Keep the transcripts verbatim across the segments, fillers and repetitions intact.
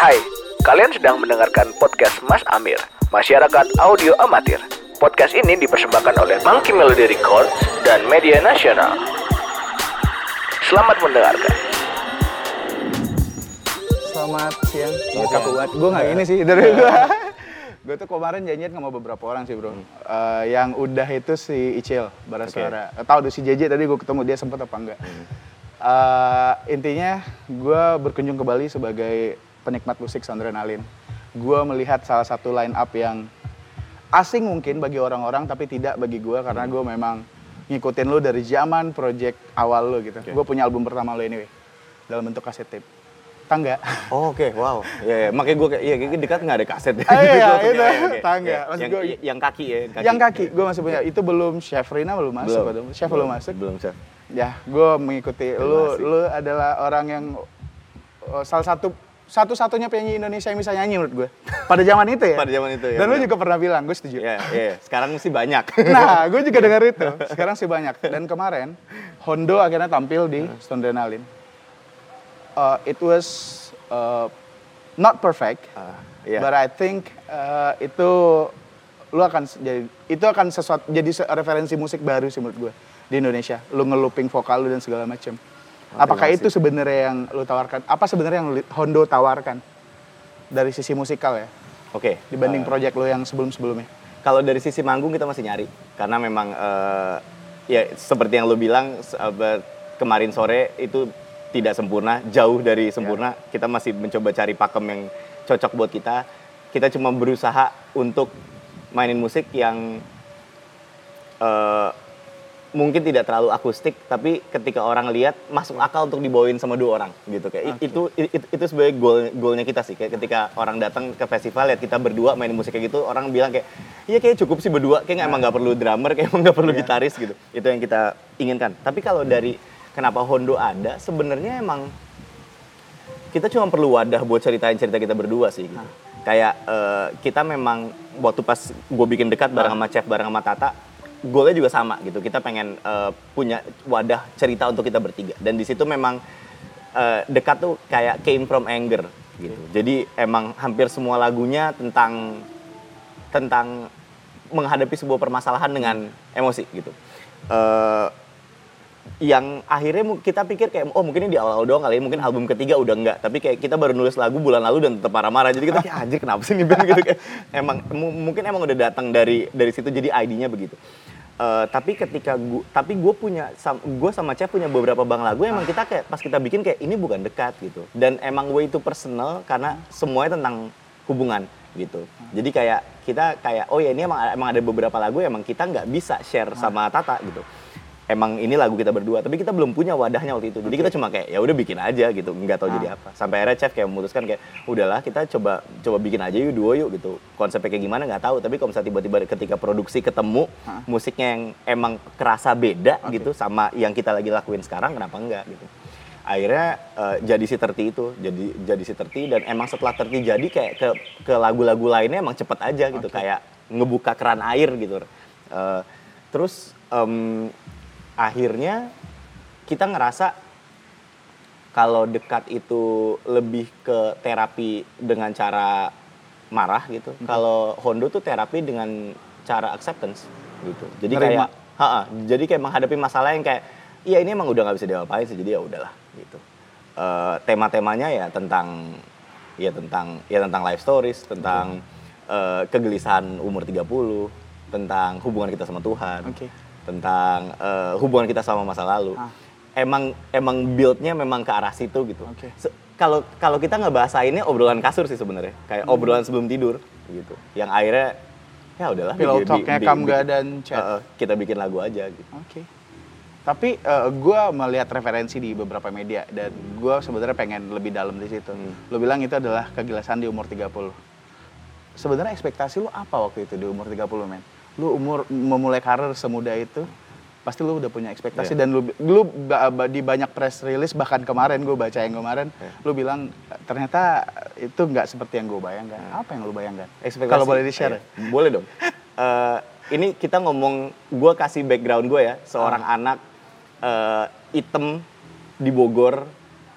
Hai, kalian sedang mendengarkan podcast Mas Amir, Masyarakat Audio Amatir. Podcast ini dipersembahkan oleh Monkey Melody Records dan Media Nasional. Selamat mendengarkan. Selamat siang. Gue kaku banget. Gue nggak ini sih dari gue. Gue tuh kemarin janjian sama beberapa orang sih bro. Hmm. Uh, yang udah itu si Icil Barasuara. Okay. Tahu tuh si J J tadi gue ketemu dia sempet apa enggak. Hmm. Uh, intinya gue berkunjung ke Bali sebagai penikmat musik Soundrenalin. Gue melihat salah satu line up yang asing mungkin bagi orang-orang tapi tidak bagi gue karena gue memang ngikutin lo dari zaman project awal lo gitu. Okay. Gue punya album pertama lo anyway dalam bentuk kaset tape. Tangga. Oh, oke, okay. Wow. Ya, ya. Makanya gue kayak, iya, dekat nggak ada kaset. Ah, iya, itu, punya, ya, okay. Tangga. Ya, yang, gua, yang kaki ya. Kaki. Yang kaki, gue masih punya. Itu belum Chef Rina belum masuk. Belum. Chef belum, belum masuk. Belum, Chef. Ya, gue mengikuti. Lu, lu adalah orang yang oh, salah satu satu-satunya penyanyi Indonesia yang bisa nyanyi menurut gue. Pada zaman itu ya. Pada zaman itu ya. Dan lu juga pernah bilang, gue setuju. Iya, iya. Sekarang mesti banyak. Nah, gue juga dengar itu. Sekarang sih banyak. Dan kemarin Hondo akhirnya tampil di Soundrenalin. Uh, it was Uh, not perfect, uh, yeah. But I think uh, itu lu akan jadi itu akan sesuatu jadi referensi musik baru sih menurut gue di Indonesia. Lu nge-looping vokal lu dan segala macam. Oh, apakah itu sebenarnya yang lu tawarkan? Apa sebenarnya yang Hondo tawarkan dari sisi musikal ya? Oke. Okay. Dibanding uh, project lu yang sebelum-sebelumnya. Kalau dari sisi manggung kita masih nyari karena memang uh, ya seperti yang lu bilang uh, kemarin sore itu tidak sempurna, jauh dari sempurna. Yeah. Kita masih mencoba cari pakem yang cocok buat kita. Kita cuma berusaha untuk mainin musik yang uh, mungkin tidak terlalu akustik, tapi ketika orang lihat masuk akal untuk dibawain sama dua orang gitu kayak okay. itu, itu itu sebagai goal goalnya kita sih. Kayak ketika orang datang ke festival lihat kita berdua main musik kayak gitu, orang bilang kayak iya kayak cukup sih berdua, kayak nah. emang nggak perlu drummer, kayak emang nggak perlu yeah. gitaris gitu. Itu yang kita inginkan. Tapi kalau dari kenapa Hondo ada, sebenarnya emang kita cuma perlu wadah buat ceritain cerita kita berdua sih gitu. Nah. Kayak uh, kita memang waktu pas gue bikin dekat bareng sama Chef, bareng sama Tata, goalnya juga sama gitu. Kita pengen uh, punya wadah cerita untuk kita bertiga. Dan di situ memang uh, dekat tuh kayak came from anger gitu. Jadi emang hampir semua lagunya tentang tentang menghadapi sebuah permasalahan dengan emosi gitu. Uh, yang akhirnya kita pikir kayak oh mungkin ini di awal-awal doang kali, mungkin album ketiga udah enggak, tapi kayak kita baru nulis lagu bulan lalu dan tetap marah-marah, jadi kita kayak anjir kenapa sih nih band gitu kayak emang m- mungkin emang udah datang dari dari situ, jadi idenya begitu. Uh, tapi ketika gua tapi gue punya gue sama Chef punya beberapa bang lagu emang kita kayak pas kita bikin kayak ini bukan dekat gitu, dan emang way itu personal karena semuanya tentang hubungan gitu. Jadi kayak kita kayak oh ya ini emang emang ada beberapa lagu emang kita nggak bisa share sama Tata gitu. Emang ini lagu kita berdua, tapi kita belum punya wadahnya waktu itu. Jadi okay. kita cuma kayak ya udah bikin aja gitu, nggak tahu nah. jadi apa. Sampai akhirnya Chef kayak memutuskan kayak udahlah kita coba coba bikin aja yuk duo yuk gitu. Konsepnya kayak gimana nggak tahu, tapi kalau misalnya tiba-tiba ketika produksi ketemu huh? musiknya yang emang kerasa beda okay. gitu sama yang kita lagi lakuin sekarang, kenapa enggak gitu. Akhirnya uh, jadi si Terti itu, jadi jadi si Terti, dan emang setelah Terti jadi kayak ke ke lagu-lagu lainnya emang cepet aja gitu, okay. kayak ngebuka keran air gitu. Uh, terus um, akhirnya kita ngerasa kalau dekat itu lebih ke terapi dengan cara marah gitu. Okay. Kalau Hondo tuh terapi dengan cara acceptance gitu. Jadi Nerima. kayak, ha jadi kayak menghadapi masalah yang kayak, iya ini emang udah nggak bisa diapain sih, jadi ya udahlah gitu. Uh, tema-temanya ya tentang, ya tentang, ya tentang life stories, tentang okay. uh, kegelisahan umur tiga puluh, tentang hubungan kita sama Tuhan. Okay. Tentang uh, hubungan kita sama masa lalu, ah. emang emang build-nya memang ke arah situ gitu. Kalau okay. kalau kita ngebahasainnya obrolan kasur sih sebenarnya, kayak hmm. obrolan sebelum tidur gitu. Yang akhirnya ya udahlah. Pillow talk-nya Kamga dan Chat. Uh, uh, kita bikin lagu aja gitu. Oke. Okay. Tapi uh, gue melihat referensi di beberapa media dan gue sebenarnya pengen lebih dalam di situ. Hmm. Lo bilang itu adalah kegelisahan di umur tiga puluh. Sebenarnya ekspektasi lo apa waktu itu di umur tiga puluh, men? Lu umur memulai karir semuda itu pasti lu udah punya ekspektasi yeah. dan lu lu di banyak press release, bahkan kemarin gue baca yang kemarin yeah. lu bilang ternyata itu nggak seperti yang gue bayangkan. Yeah. Apa yang lu bayangkan? Kalau boleh di-share. Yeah. Boleh dong. uh, ini kita ngomong, gue kasih background gue ya, seorang uh. anak uh, hitam di Bogor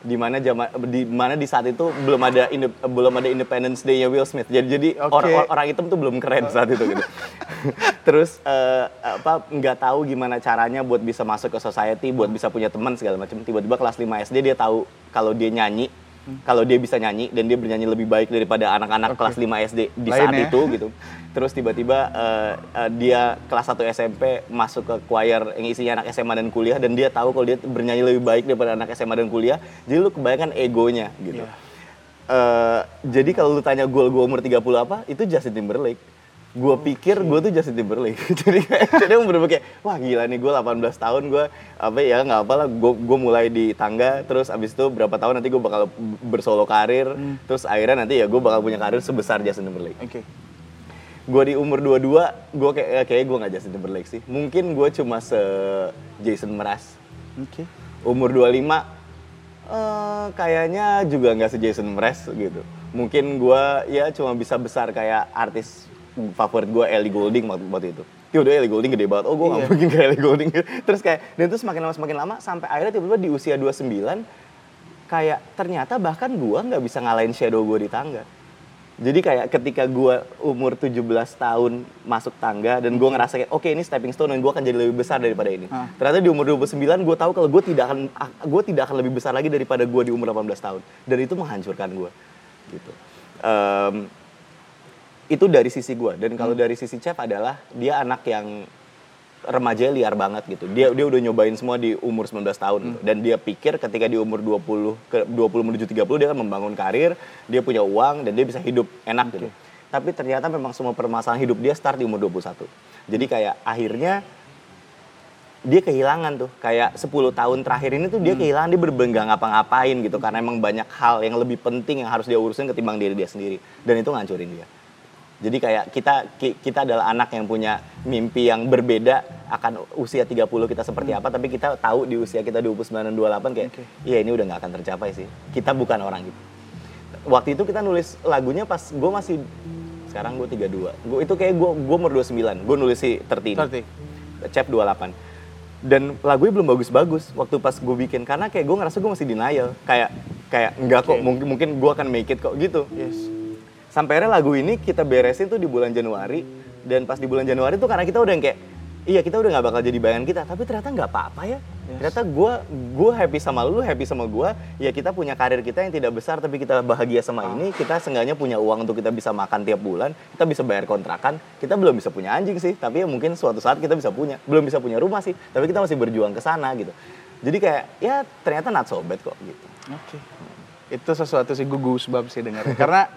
di mana zaman di mana di saat itu belum ada inde, belum ada Independence Day-nya Will Smith. Jadi jadi okay. orang orang hitam tuh belum keren saat itu gitu. Terus uh, apa nggak tahu gimana caranya buat bisa masuk ke society, buat bisa punya teman segala macam. Tiba-tiba kelas lima S D dia tahu kalau dia nyanyi, hmm. kalau dia bisa nyanyi dan dia bernyanyi lebih baik daripada anak-anak okay. kelas lima S D di Lain saat ya? itu gitu. Terus tiba-tiba uh, uh, dia kelas satu S M P masuk ke choir yang isinya anak S M A dan kuliah dan dia tahu kalau dia bernyanyi lebih baik daripada anak S M A dan kuliah. Jadi lu kebayangkan egonya gitu. Yeah. Uh, jadi kalau lu tanya goal gue umur tiga puluh apa, itu Justin Timberlake. Gue pikir gue tuh Justin Timberlake. jadi jadi emang bener-bener kayak wah gila nih gue delapan belas tahun gue apa ya nggak apa lah gue gue mulai di tangga terus abis itu berapa tahun nanti gue bakal bersolo karir hmm. terus akhirnya nanti ya gue bakal punya karir sebesar Justin Timberlake. Oke. Okay. Gue di umur dua puluh dua, gue kayak kayak gue nggak Justin Timberlake sih. Mungkin gue cuma se Jason Mraz. Oke. Okay. Umur dua puluh lima, uh, kayaknya juga nggak se Jason Mraz gitu. Mungkin gue ya cuma bisa besar kayak artis favorit gue Ellie Goulding waktu itu. Ya udah Ellie Goulding gede banget. Oh gue nggak yeah. mungkin kayak Ellie Goulding. Terus kayak dan terus semakin lama semakin lama sampai akhirnya tiba-tiba di usia dua puluh sembilan kayak ternyata bahkan gue nggak bisa ngalahin shadow gue di tangga. Jadi kayak ketika gue umur tujuh belas tahun masuk tangga dan gue ngerasa kayak oke okay, ini stepping stone dan gue akan jadi lebih besar daripada ini. Ah. Ternyata di umur dua puluh sembilan gue tahu kalau gue tidak akan gue tidak akan lebih besar lagi daripada gue di umur delapan belas tahun dan itu menghancurkan gue. Gitu. Um, itu dari sisi gue dan kalau hmm. dari sisi Chef adalah dia anak yang remaja liar banget gitu. Dia dia udah nyobain semua di umur sembilan belas tahun hmm. gitu. Dan dia pikir ketika di umur dua puluh ke dua puluh menuju tiga puluh dia akan membangun karir, dia punya uang dan dia bisa hidup enak okay. gitu. Tapi ternyata memang semua permasalahan hidup dia start di umur dua puluh satu. Jadi kayak akhirnya dia kehilangan tuh kayak sepuluh tahun terakhir ini tuh dia hmm. kehilangan, dia bener-bener gak ngapa-ngapain gitu karena emang banyak hal yang lebih penting yang harus dia urusin ketimbang diri dia sendiri dan itu ngancurin dia. Jadi kayak kita kita adalah anak yang punya mimpi yang berbeda akan usia tiga puluh kita seperti apa, tapi kita tahu di usia kita dua puluh sembilan dan dua puluh delapan kayak okay. iya ini udah gak akan tercapai sih. Kita bukan orang gitu. Waktu itu kita nulis lagunya pas gue masih, sekarang gue tiga puluh dua. Gue itu kayak gue gue umur dua puluh sembilan. Gue nulis si tiga puluh. Chef dua puluh delapan. Dan lagunya belum bagus-bagus waktu pas gue bikin karena kayak gue ngerasa gue masih denial. Kayak kayak enggak kok, okay. mungkin mungkin gue akan make it kok gitu. Yes. Sampai akhirnya lagu ini kita beresin tuh di bulan Januari dan pas di bulan Januari tuh karena kita udah yang kayak iya kita udah nggak bakal jadi bayangan kita tapi ternyata nggak apa-apa ya. Yes. Ternyata gue gue happy sama lu, happy sama gue. Ya kita punya karir kita yang tidak besar tapi kita bahagia sama oh. ini. Kita seenggaknya punya uang untuk kita bisa makan tiap bulan, kita bisa bayar kontrakan. Kita belum bisa punya anjing sih, tapi ya mungkin suatu saat kita bisa punya. Belum bisa punya rumah sih, tapi kita masih berjuang ke sana gitu. Jadi kayak ya ternyata not so bad kok gitu. Oke. Okay. Itu sesuatu sih gue goosebumps sih dengar karena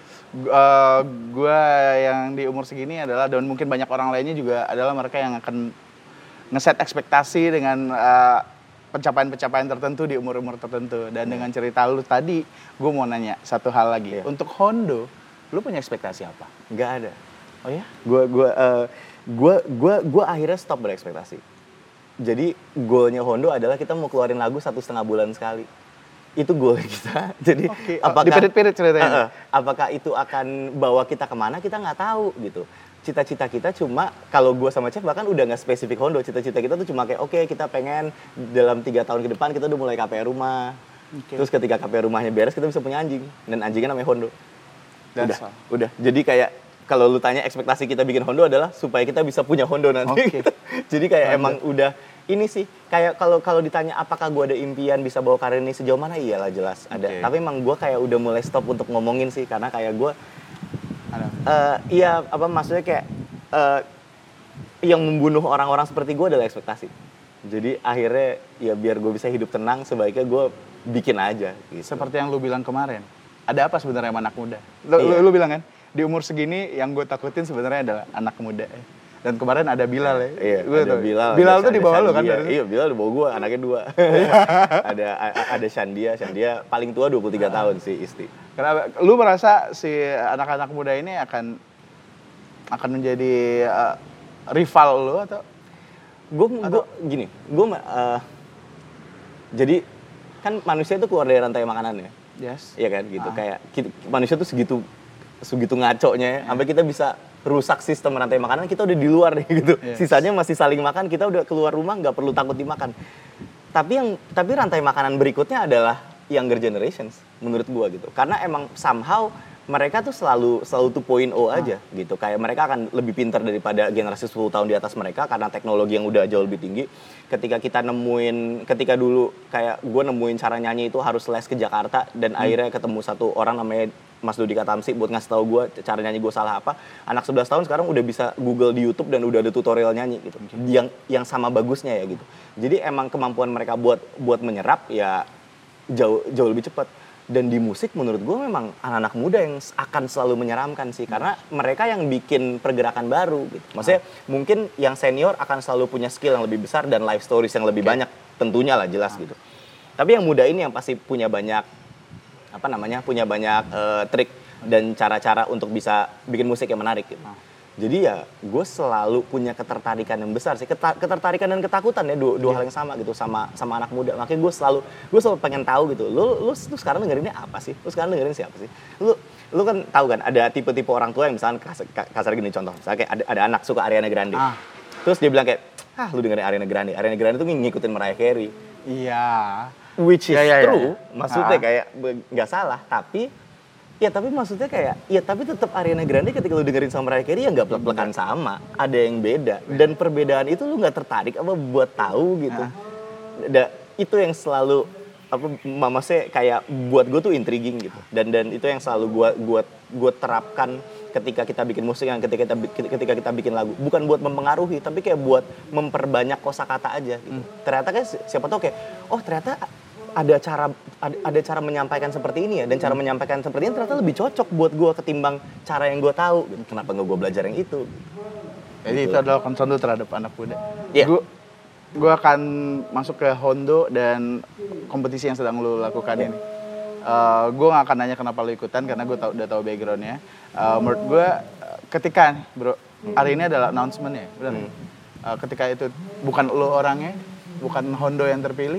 Uh, gue yang di umur segini adalah dan mungkin banyak orang lainnya juga adalah mereka yang akan ngeset ekspektasi dengan uh, pencapaian-pencapaian tertentu di umur-umur tertentu dan hmm. dengan cerita lu tadi gue mau nanya satu hal lagi yeah. untuk Hondo lu punya ekspektasi apa? Nggak ada. Oh ya? Gue gue uh, gue gue gue akhirnya stop berekspektasi. Jadi goalnya Hondo adalah kita mau keluarin lagu satu setengah bulan sekali. Itu goal kita. Jadi okay. apakah dipirit-pirit ceritanya. Uh, uh, apakah itu akan bawa kita kemana kita nggak tahu gitu. Cita-cita kita cuma kalau gue sama Chef bahkan udah nggak spesifik Hondo. Cita-cita kita tuh cuma kayak oke okay, kita pengen dalam tiga tahun ke depan kita udah mulai K P R rumah. Okay. Terus ketika K P R rumahnya beres kita bisa punya anjing dan anjingnya namanya Hondo. Udah, all. udah. Jadi kayak kalau lu tanya ekspektasi kita bikin Hondo adalah supaya kita bisa punya Hondo nanti. Okay. Gitu. Jadi kayak Hondo. Emang udah ini sih kayak kalau kalau ditanya apakah gue ada impian bisa bawa karir ini sejauh mana, iyalah jelas ada. Okay. Tapi emang gue kayak udah mulai stop untuk ngomongin sih karena kayak gue uh, iya apa maksudnya kayak uh, yang membunuh orang-orang seperti gue adalah ekspektasi. Jadi akhirnya ya biar gue bisa hidup tenang sebaiknya gue bikin aja. Gitu. Seperti yang lu bilang kemarin. Ada apa sebenarnya sama anak muda? Lu, iya. lu, lu bilang kan di umur segini yang gue takutin sebenarnya adalah anak muda. Dan kemarin ada Bilal ya. Iya, gua ada tahu. Bilal. Bilal tuh di bawah lu kan? Iya, Bilal di bawah gua, anaknya dua. ada ada Shandia, Shandia paling tua dua puluh tiga tahun sih Isti. Kenapa? Lu merasa si anak-anak muda ini akan akan menjadi uh, rival lu atau? Gue gue gini, gue uh, jadi kan manusia itu keluar dari rantai makanan ya. Yes. Iya kan gitu. Ah. Kayak kita, manusia tuh segitu segitu ngaconya ya, sampai kita bisa rusak sistem rantai makanan, kita udah di luar nih gitu. Yes. Sisanya masih saling makan, kita udah keluar rumah nggak perlu takut dimakan. Tapi yang tapi rantai makanan berikutnya adalah younger generations menurut gua gitu. Karena emang somehow mereka tuh selalu selalu two point oh aja ah. gitu. Kayak mereka akan lebih pintar daripada generasi sepuluh tahun di atas mereka karena teknologi yang udah jauh lebih tinggi. Ketika kita nemuin, ketika dulu kayak gue nemuin cara nyanyi itu harus les ke Jakarta dan hmm. akhirnya ketemu satu orang namanya Mas Dodi Katamsi buat ngasih tahu gue cara nyanyi gue salah apa. Anak sebelas tahun sekarang udah bisa Google di YouTube dan udah ada tutorial nyanyi gitu. Okay. Yang yang sama bagusnya ya gitu. Jadi emang kemampuan mereka buat buat menyerap ya jauh jauh lebih cepat. Dan di musik menurut gue memang anak-anak muda yang akan selalu menyeramkan sih. Karena mereka yang bikin pergerakan baru gitu. Maksudnya ah. mungkin yang senior akan selalu punya skill yang lebih besar dan life stories yang lebih okay. banyak. Tentunya lah jelas ah. gitu. Tapi yang muda ini yang pasti punya banyak, apa namanya, punya banyak uh, trik dan cara-cara untuk bisa bikin musik yang menarik gitu. Ah. Jadi ya gue selalu punya ketertarikan yang besar sih, ketertarikan dan ketakutan ya dua, dua yeah. hal yang sama gitu sama sama anak muda. Makanya gue selalu gue selalu pengen tahu gitu. Lu lu, lu sekarang dengerinnya apa sih? Lu sekarang dengerin siapa sih? Lu lu kan tahu kan ada tipe-tipe orang tua yang misalnya kasar, kasar gini contoh. Misalnya kayak ada, ada anak suka Ariana Grande. Ah. Terus dia bilang kayak, "Ah, lu dengerin Ariana Grande. Ariana Grande tuh ngikutin Mariah Carey." Iya. Which is yeah, yeah, true. Yeah. Maksudnya Ah. kayak nggak salah, tapi ya tapi maksudnya kayak, ya tapi tetap Ariana Grande ketika lu dengerin sama Mariah Carey ya nggak plek-plekan sama, ada yang beda. Dan perbedaan itu lu nggak tertarik apa buat tahu gitu. Da, itu yang selalu apa mama saya kayak buat gue tuh intriguing gitu. Dan dan itu yang selalu gue gue gue terapkan ketika kita bikin musik, yang ketika kita ketika kita bikin lagu, bukan buat mempengaruhi tapi kayak buat memperbanyak kosakata aja gitu. Hmm. Ternyata kan siapa tahu kayak oh ternyata ada cara ada, ada cara menyampaikan seperti ini ya, dan cara menyampaikan seperti ini ternyata lebih cocok buat gue ketimbang cara yang gue tahu. Kenapa nggak gue belajar yang itu? Jadi gitu. Itu adalah concern lu terhadap anak muda. Yeah. Gue gue akan masuk ke Hondo dan kompetisi yang sedang lu lakukan yeah. ini. Uh, gue nggak akan nanya kenapa lu ikutan karena gue tau, udah tahu backgroundnya. Uh, menurut gue ketika bro hari ini adalah announcement ya, benar. Hmm. Uh, ketika itu bukan lu orangnya, bukan Hondo yang terpilih.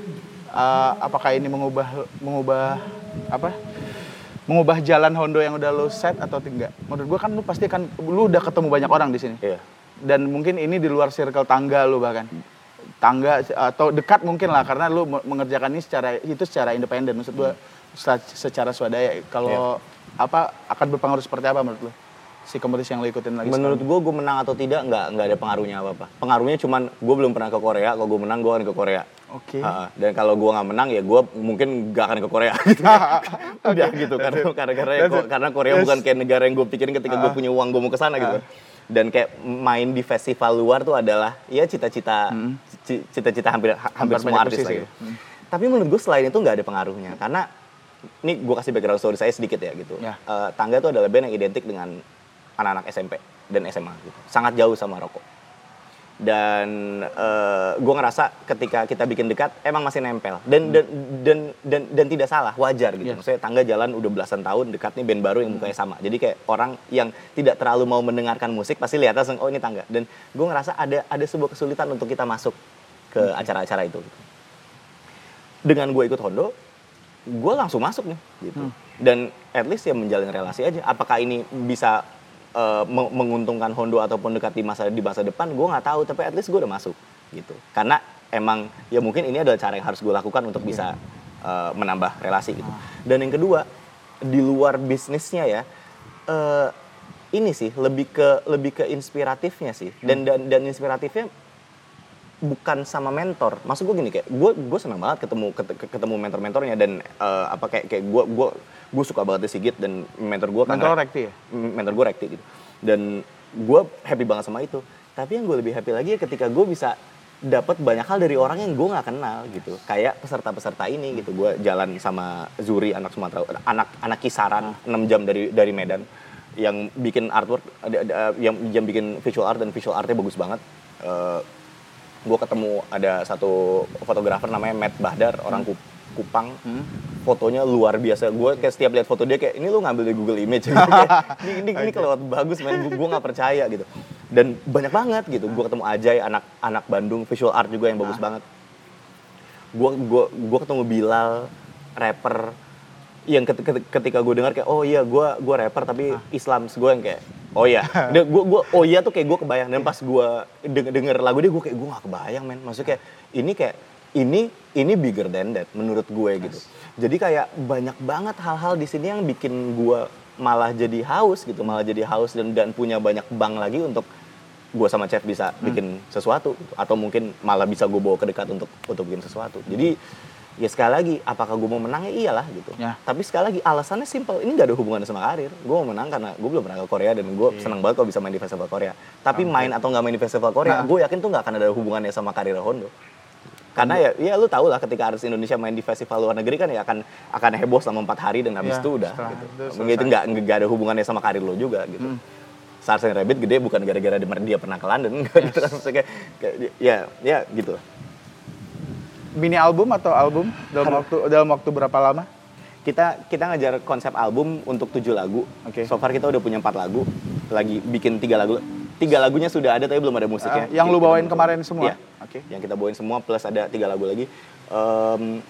Uh, apakah ini mengubah mengubah apa mengubah jalan Hondo yang udah lo set atau tidak? Menurut gue kan lu pasti kan lu udah ketemu banyak orang di sini yeah. dan mungkin ini di luar circle tangga lu, bahkan tangga atau dekat mungkin lah karena lu mengerjakan ini secara itu secara independen, maksud gue secara swadaya. Kalau yeah. apa akan berpengaruh seperti apa menurut lu si kompetisi yang lo ikutin lagi? Menurut gue, gue menang atau tidak nggak nggak ada pengaruhnya apa-apa. Pengaruhnya cuman gue belum pernah ke Korea. Kalau gue menang, gue akan ke Korea. Oke. Okay. Uh, dan kalau gue nggak menang, ya gue mungkin nggak akan ke Korea. Gitu. Udah gitu karena karena karena, karena Korea yes. bukan kayak negara yang gue pikirin ketika uh. gue punya uang gue mau ke sana uh. gitu. Dan kayak main di festival luar tuh adalah ya cita-cita hmm. cita-cita hampir hampir semua artis lah gitu. Hmm. Tapi menurut gue selain itu nggak ada pengaruhnya karena ini gue kasih background story saya sedikit ya gitu. Yeah. Uh, Tangga itu adalah band yang identik dengan anak-anak S M P dan S M A gitu. Sangat jauh sama rokok. Dan uh, gue ngerasa ketika kita bikin dekat emang masih nempel dan hmm. dan, dan dan dan tidak salah, wajar gitu. Yeah. Maksudnya Tangga jalan udah belasan tahun, dekat nih band baru yang mukanya sama. Jadi kayak orang yang tidak terlalu mau mendengarkan musik pasti lihat langsung oh ini Tangga. Dan gue ngerasa ada ada sebuah kesulitan untuk kita masuk ke hmm. acara-acara itu. Gitu. Dengan gue ikut Hondo, gue langsung masuk nih gitu. Hmm. Dan at least ya menjalin relasi aja. Apakah ini bisa Uh, menguntungkan Hondo ataupun dekat di masa di masa depan, gue nggak tahu, tapi at least gue udah masuk gitu. Karena emang ya mungkin ini adalah cara yang harus gue lakukan untuk bisa uh, menambah relasi gitu. Dan yang kedua, di luar bisnisnya ya, uh, ini sih lebih ke lebih ke inspiratifnya sih. Dan dan dan inspiratifnya bukan sama mentor. Maksud gue gini, kayak gue gue senang banget ketemu ketemu mentor-mentornya dan uh, apa kayak kayak gue gue gue suka banget di Sigit dan mentor gue mentor Rekti ya? Mentor gue Rekti gitu. Dan gue happy banget sama itu. Tapi yang gue lebih happy lagi ya ketika gue bisa dapat banyak hal dari orang yang gue nggak kenal gitu. Kayak peserta-peserta ini gitu. Gue jalan sama Zuri, anak Sumatera, anak anak kisaran enam jam dari dari Medan yang bikin artwork, yang yang bikin visual art dan visual artnya bagus banget. Uh, gue ketemu ada satu fotografer namanya Matt Bahdar, orang hmm. Kupang. Hmm. Fotonya luar biasa. Gue kayak setiap lihat foto dia kayak ini lu ngambil dari Google Image. Kayak, ini ini, ini kelewat bagus men. Gue nggak percaya gitu. Dan banyak banget gitu. Gue ketemu Ajay, anak anak Bandung, visual art juga yang bagus ah. banget. Gue gue gue ketemu Bilal, rapper yang ketika gue dengar kayak oh iya gue gue rapper tapi ah. Islam, gue yang kayak oh iya, gue gue oh iya tuh kayak gue kebayang. Dan pas gue denger, denger lagu dia gue kayak gue nggak kebayang men. Maksudnya kayak ini kayak ini ini bigger than that menurut gue yes. gitu. Jadi kayak banyak banget hal-hal di sini yang bikin gue malah jadi haus gitu, malah jadi haus dan dan punya banyak bank lagi untuk gue sama Chef bisa hmm. bikin sesuatu gitu. Atau mungkin malah bisa gue bawa ke dekat untuk untuk bikin sesuatu. Jadi ya sekali lagi, apakah gue mau menang? Ya iyalah gitu. Ya. Tapi sekali lagi alasannya simple, ini gak ada hubungannya sama karir. Gue mau menang karena gue belum pernah ke Korea dan gue yeah. senang banget kalau bisa main di festival Korea. Tapi okay. main atau gak main di festival Korea, nah. gue yakin tuh gak akan ada hubungannya sama karir Hondo. Karena ya, ya lu tau lah ketika artis Indonesia main di festival luar negeri kan ya akan akan heboh selama empat hari dan habis ya, itu udah gitu. Itu nggak nggak ada hubungannya sama karir lo juga gitu. Hmm. Stars and Rabbit gede bukan gara-gara dia pernah ke London, yes. gitu. Maksudnya kayak ya ya gitu. Mini album atau album dalam waktu dalam waktu berapa lama? Kita kita ngajar konsep album untuk tujuh lagu. Oke. Okay. So far kita udah punya empat lagu, lagi bikin tiga lagu. Tiga lagunya sudah ada tapi belum ada musiknya. Uh, yang lu bawain kemarin semua? Iya. Oke. Okay. Yang kita bawain semua plus ada tiga lagu lagi. Um,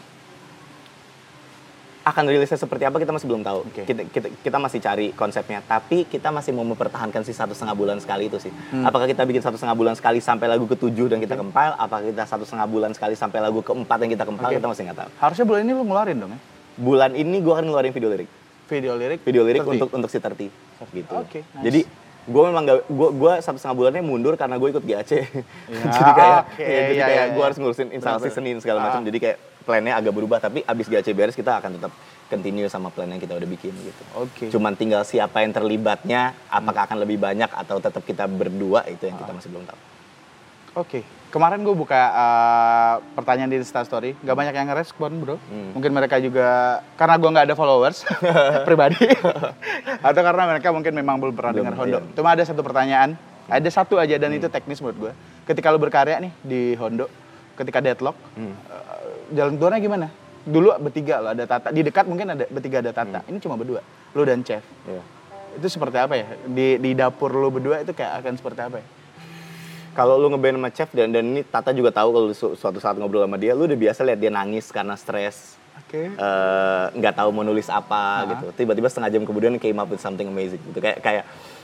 akan rilisnya seperti apa kita masih belum tahu. Okay. Kita, kita kita masih cari konsepnya. Tapi kita masih mau mempertahankan si satu setengah bulan sekali itu sih. Hmm. Apakah kita bikin satu setengah bulan sekali sampai lagu ketujuh dan kita okay. compile? Apakah kita satu setengah bulan sekali sampai lagu keempat yang kita compile? Okay. Kita masih nggak tahu. Harusnya bulan ini lu ngeluarin dong ya? Bulan ini gue akan ngeluarin video lirik. Video lirik? Video lirik untuk untuk si thirty gitu. Oke. Okay, nice. Jadi gue memang gak, gue gue satu setengah bulannya mundur karena gue ikut G A C. Ya, jadi kayak, okay, ya, jadi ya, kayak ya, gue ya. harus ngurusin instalasi Senin segala macam. Ah. Jadi kayak plannya agak berubah. Tapi abis G A C beres kita akan tetap continue sama plan yang kita udah bikin gitu. Oke. Okay. Cuman tinggal siapa yang terlibatnya, apakah hmm. akan lebih banyak atau tetap kita berdua itu yang kita masih belum tahu. Oke. Okay. Kemarin gue buka uh, pertanyaan di Instastory, gak banyak yang ngerespon bro. Hmm. Mungkin mereka juga, karena gue gak ada followers pribadi. Atau karena mereka mungkin memang belum pernah dengar Hondo. Iya. Cuma ada satu pertanyaan, ada satu aja dan hmm. itu teknis menurut gue. Ketika lu berkarya nih di Hondo, ketika Deadlock, hmm. uh, jalan keluarnya gimana? Dulu bertiga lo, ada Tata. Di dekat mungkin ada bertiga ada Tata. Hmm. Ini cuma berdua, lu dan Chef. Yeah. Itu seperti apa ya? Di, di dapur lu berdua itu kayak akan seperti apa ya? Kalau lu ngeband sama Chef dan dan ini Tata juga tahu kalau su- suatu saat ngobrol sama dia, lu udah biasa lihat dia nangis karena stres, okay. nggak uh, tahu mau nulis apa uh-huh. gitu. Tiba-tiba setengah jam kemudian came up with something amazing gitu. Kayak kayak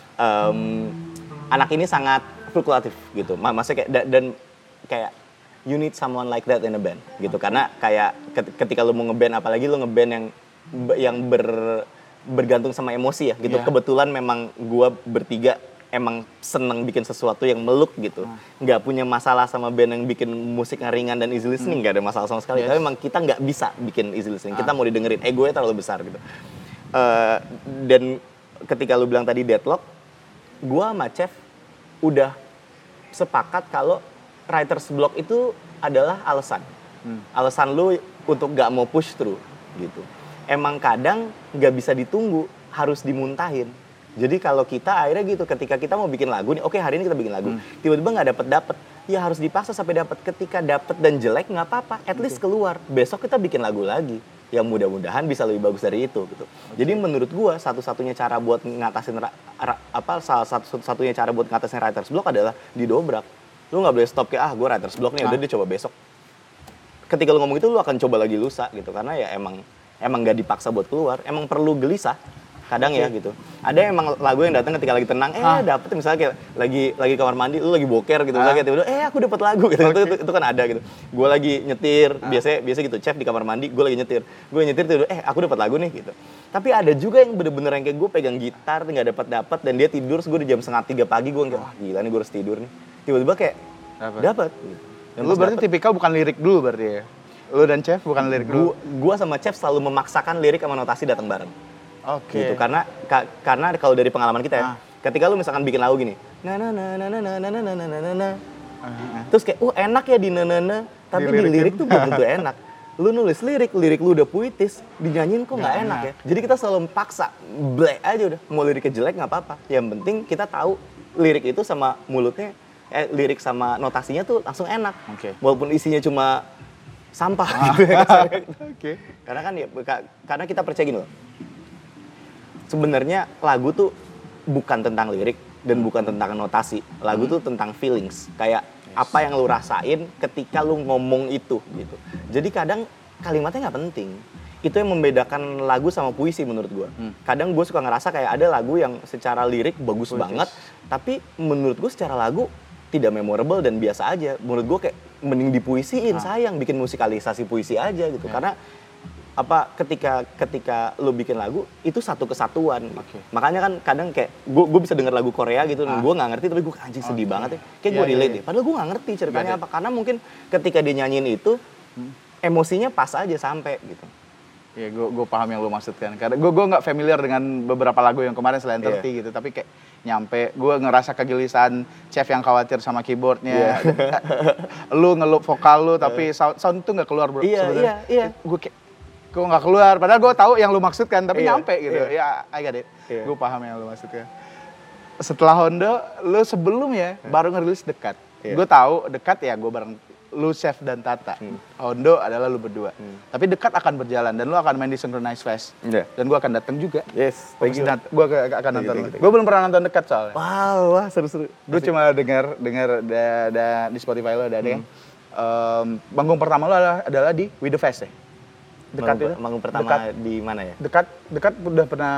um, anak ini sangat fluktuatif gitu. Maksudnya kayak dan, dan kayak you need someone like that in a band gitu. Okay. Karena kayak ketika lu mau ngeband, apalagi lu ngeband yang yang ber, bergantung sama emosi ya gitu. Yeah. Kebetulan memang gua bertiga emang seneng bikin sesuatu yang meluk gitu, nggak hmm. punya masalah sama band yang bikin musik yang ringan dan easy listening, nggak hmm. ada masalah sama sekali. Yes. Tapi memang kita nggak bisa bikin easy listening, ah. kita mau didengerin, egonya terlalu besar gitu. Uh, dan ketika lu bilang tadi Deadlock, gua sama Chef udah sepakat kalau writer's block itu adalah alasan, hmm. alasan lu untuk nggak mau push through gitu. Emang kadang nggak bisa ditunggu, harus dimuntahin. Jadi kalau kita akhirnya gitu, ketika kita mau bikin lagu nih, oke okay, hari ini kita bikin lagu, hmm. tiba-tiba nggak dapet dapet, ya harus dipaksa sampai dapet. Ketika dapet dan jelek nggak apa-apa, at least okay. keluar. Besok kita bikin lagu lagi, yang mudah-mudahan bisa lebih bagus dari itu gitu. Okay. Jadi menurut gua satu-satunya cara buat ngatasin ra, ra, apa salah satu-satunya cara buat ngatasin writer's block adalah didobrak. Lu nggak boleh stop kayak ah gua writer's block nih, udah dia coba besok. Ketika lu ngomong itu lu akan coba lagi lusa gitu, karena ya emang emang nggak dipaksa buat keluar, emang perlu gelisah. Kadang okay. ya gitu. Ada emang lagu yang datang ketika lagi tenang, eh ah. dapet misalnya kayak lagi lagi kamar mandi, lu lagi boker gitu, ah. misalnya tiba-tiba, eh aku dapat lagu gitu. Okay. Itu, itu, itu kan ada gitu. Gue lagi nyetir, ah. biasanya biasa gitu, Chef di kamar mandi, gue lagi nyetir. Gue nyetir tiba-tiba, eh aku dapat lagu nih gitu. Tapi ada juga yang bener-bener yang kayak gue pegang gitar, nggak dapat-dapat dan dia tidur, gue di jam setengah tiga pagi gue kayak, wah gila nih gue harus tidur nih. Tiba-tiba kayak dapat. Gitu. Lu berarti dapet, tipikal bukan lirik dulu berarti ya? Lu dan Chef bukan lirik dulu? Gue sama Chef selalu memaksakan lirik sama notasi datang bareng. Oke. Okay. Gitu karena ka, karena kalau dari pengalaman kita ya, ah. ketika lu misalkan bikin lagu gini, na na na na na na na na na na na, terus kayak, uh enak ya di na na na, tapi di, di lirik tuh belum tentu enak. Lu nulis lirik, lirik lu udah puitis, dinyanyiin kok nggak enak ya. Jadi kita selalu paksa, blek aja udah, mau liriknya jelek nggak apa-apa. Yang penting kita tahu lirik itu sama mulutnya, eh lirik sama notasinya tuh langsung enak. Oke. Okay. Walaupun isinya cuma sampah ah. gitu ya. Oke. Okay. Karena kan ya, karena kita percaya gini loh. Sebenarnya lagu tuh bukan tentang lirik dan bukan tentang notasi. Lagu hmm. tuh tentang feelings. Kayak yes. apa yang lu rasain ketika lu ngomong itu gitu. Jadi kadang kalimatnya nggak penting. Itu yang membedakan lagu sama puisi menurut gue. Hmm. Kadang gue suka ngerasa kayak ada lagu yang secara lirik bagus Puitis. banget, tapi menurut gue secara lagu tidak memorable dan biasa aja. Menurut gue kayak mending dipuisiin, Ah. sayang bikin musikalisasi puisi aja gitu. Ya. Karena apa ketika ketika lo bikin lagu itu satu kesatuan. Oke. Makanya kan kadang kayak gue gue bisa denger lagu Korea gitu dan Ah. gue nggak ngerti tapi gue anjing sedih Oke. banget ya. Kayak Iya, gue iya, relate iya. deh. Padahal gue nggak ngerti ceritanya Got it. apa. Karena mungkin ketika dia nyanyiin itu emosinya pas aja sampai gitu. Ya, gue gue paham yang lo maksudkan. Karena gue gue nggak familiar dengan beberapa lagu yang kemarin selain Iya. Terti gitu, tapi kayak nyampe, gue ngerasa kegelisahan Chef yang khawatir sama keyboardnya. Lu ngelup vokal lu, tapi sound, sound tuh nggak keluar bro. Iya, sebenarnya. iya, iya. Gue kayak, gue nggak keluar. Padahal gue tahu yang lu maksudkan, tapi Iya, nyampe gitu. iya. Ya, I got it. Iya. Gue paham yang lu maksudkan. Setelah Hondo, lu sebelumnya baru ngerilis Dekat. Iya. Gue tahu Dekat ya gue bareng lu, Chef dan Tata. Hmm. Hondo adalah lu berdua. Hmm. Tapi Dekat akan berjalan dan lu akan main di Synchronize Fest. Iya. Dan gue akan datang juga. Yes, thank you. Gue akan Thank you, nonton. thank you, thank you. Gue belum pernah nonton Dekat soalnya. Wow, wah seru-seru. Gue cuma dengar dengar da, da, di Spotify lo ada ada yang em, manggung pertama lo adalah, adalah di We The Fest ya. Dekat manggung, itu. manggung pertama Dekat, di mana ya? dekat dekat udah pernah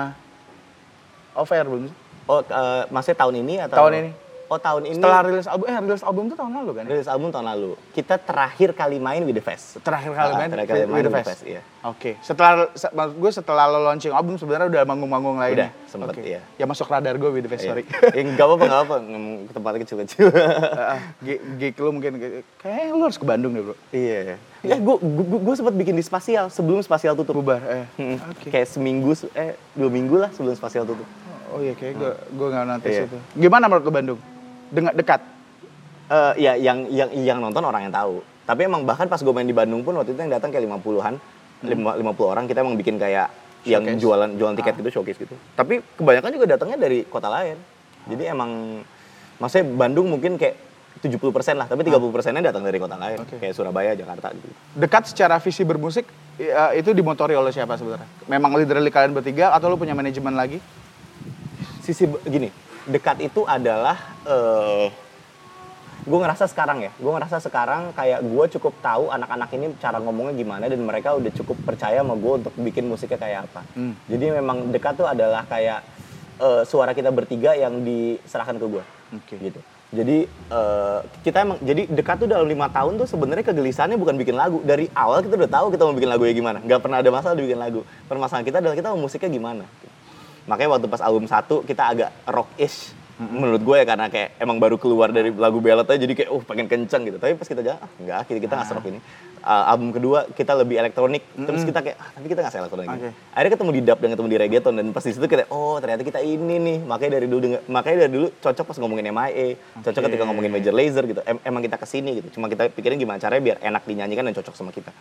off air belum sih? Oh, eh, maksudnya tahun ini atau? Tahun ini. Oh, tahun ini. Setelah rilis album, eh rilis album tuh tahun lalu kan? ya? rilis album tahun lalu. Kita terakhir kali main with the Fest. Terakhir kali Ah, main terakhir kali with main The with the Fest. Fest, iya. Oke. Setelah se- maksud gue setelah lo launching album sebenarnya udah manggung-manggung lainnya. Udah, sempet, Oke. iya. Ya masuk radar gue with The Fest, Iya. sorry. Eh, nggak apa-apa, nggak apa-apa. Ngomong ke tempat kecil-kecil. Ah, gig, gig lu mungkin kayaknya lu harus ke Bandung deh, Bro. Iya. Ya, gue gue sempat bikin di Spasial sebelum Spasial tutup. Bubar, eh. Hmm, Oke. Kayak seminggu, eh dua minggu lah sebelum Spasial tutup. Oh iya, kayak gue gue nggak notice Iya. itu. Gimana menurut lu Bandung? Dengan dekat. Eh ya yang yang yang nonton orang yang tahu. Tapi emang bahkan pas gue main di Bandung pun waktu itu yang datang kayak lima puluhan, lima puluh orang, kita emang bikin kayak yang Showcase. jualan jualan tiket gitu, showcase gitu. Tapi kebanyakan juga datangnya dari kota lain. Jadi emang maksudnya Bandung mungkin kayak tujuh puluh persen lah, tapi tiga puluh persennya datang dari kota lain. Oke. Kayak Surabaya, Jakarta gitu. Dekat secara visi bermusik ya, itu dimotori oleh siapa sebenarnya? Memang literally kalian bertiga atau lu punya manajemen lagi? Sisi gini, dekat itu adalah eh gue ngerasa sekarang ya, gue ngerasa sekarang kayak gue cukup tahu anak-anak ini cara ngomongnya gimana dan mereka udah cukup percaya sama gue untuk bikin musiknya kayak apa. Hmm. Jadi memang dekat tuh adalah kayak eh, suara kita bertiga yang diserahkan ke gue, Oke. gitu. Jadi eh, kita emang jadi dekat tuh dalam lima tahun tuh sebenarnya kegelisahannya bukan bikin lagu. Dari awal kita udah tahu kita mau bikin lagu ya gimana, nggak pernah ada masalah di bikin lagu. Permasalahan kita adalah kita mau musiknya gimana. Makanya waktu pas album satu kita agak rock-ish. Menurut gue ya karena kayak emang baru keluar dari lagu ballad aja jadi kayak uh pengen kenceng gitu. Tapi pas kita jalan ah enggak, kita, kita nggak serok ini. Uh, album kedua kita lebih elektronik. Terus kita kayak ah tapi kita nggak elektronik. Oke. Akhirnya ketemu di dub dan ketemu di reggaeton dan pas di situ kita oh ternyata kita ini nih. Makanya dari dulu denger, makanya dari dulu cocok pas ngomongin M I A, cocok Oke. ketika ngomongin Major Lazer gitu. Em- emang kita kesini gitu. Cuma kita pikirin gimana caranya biar enak dinyanyikan dan cocok sama kita.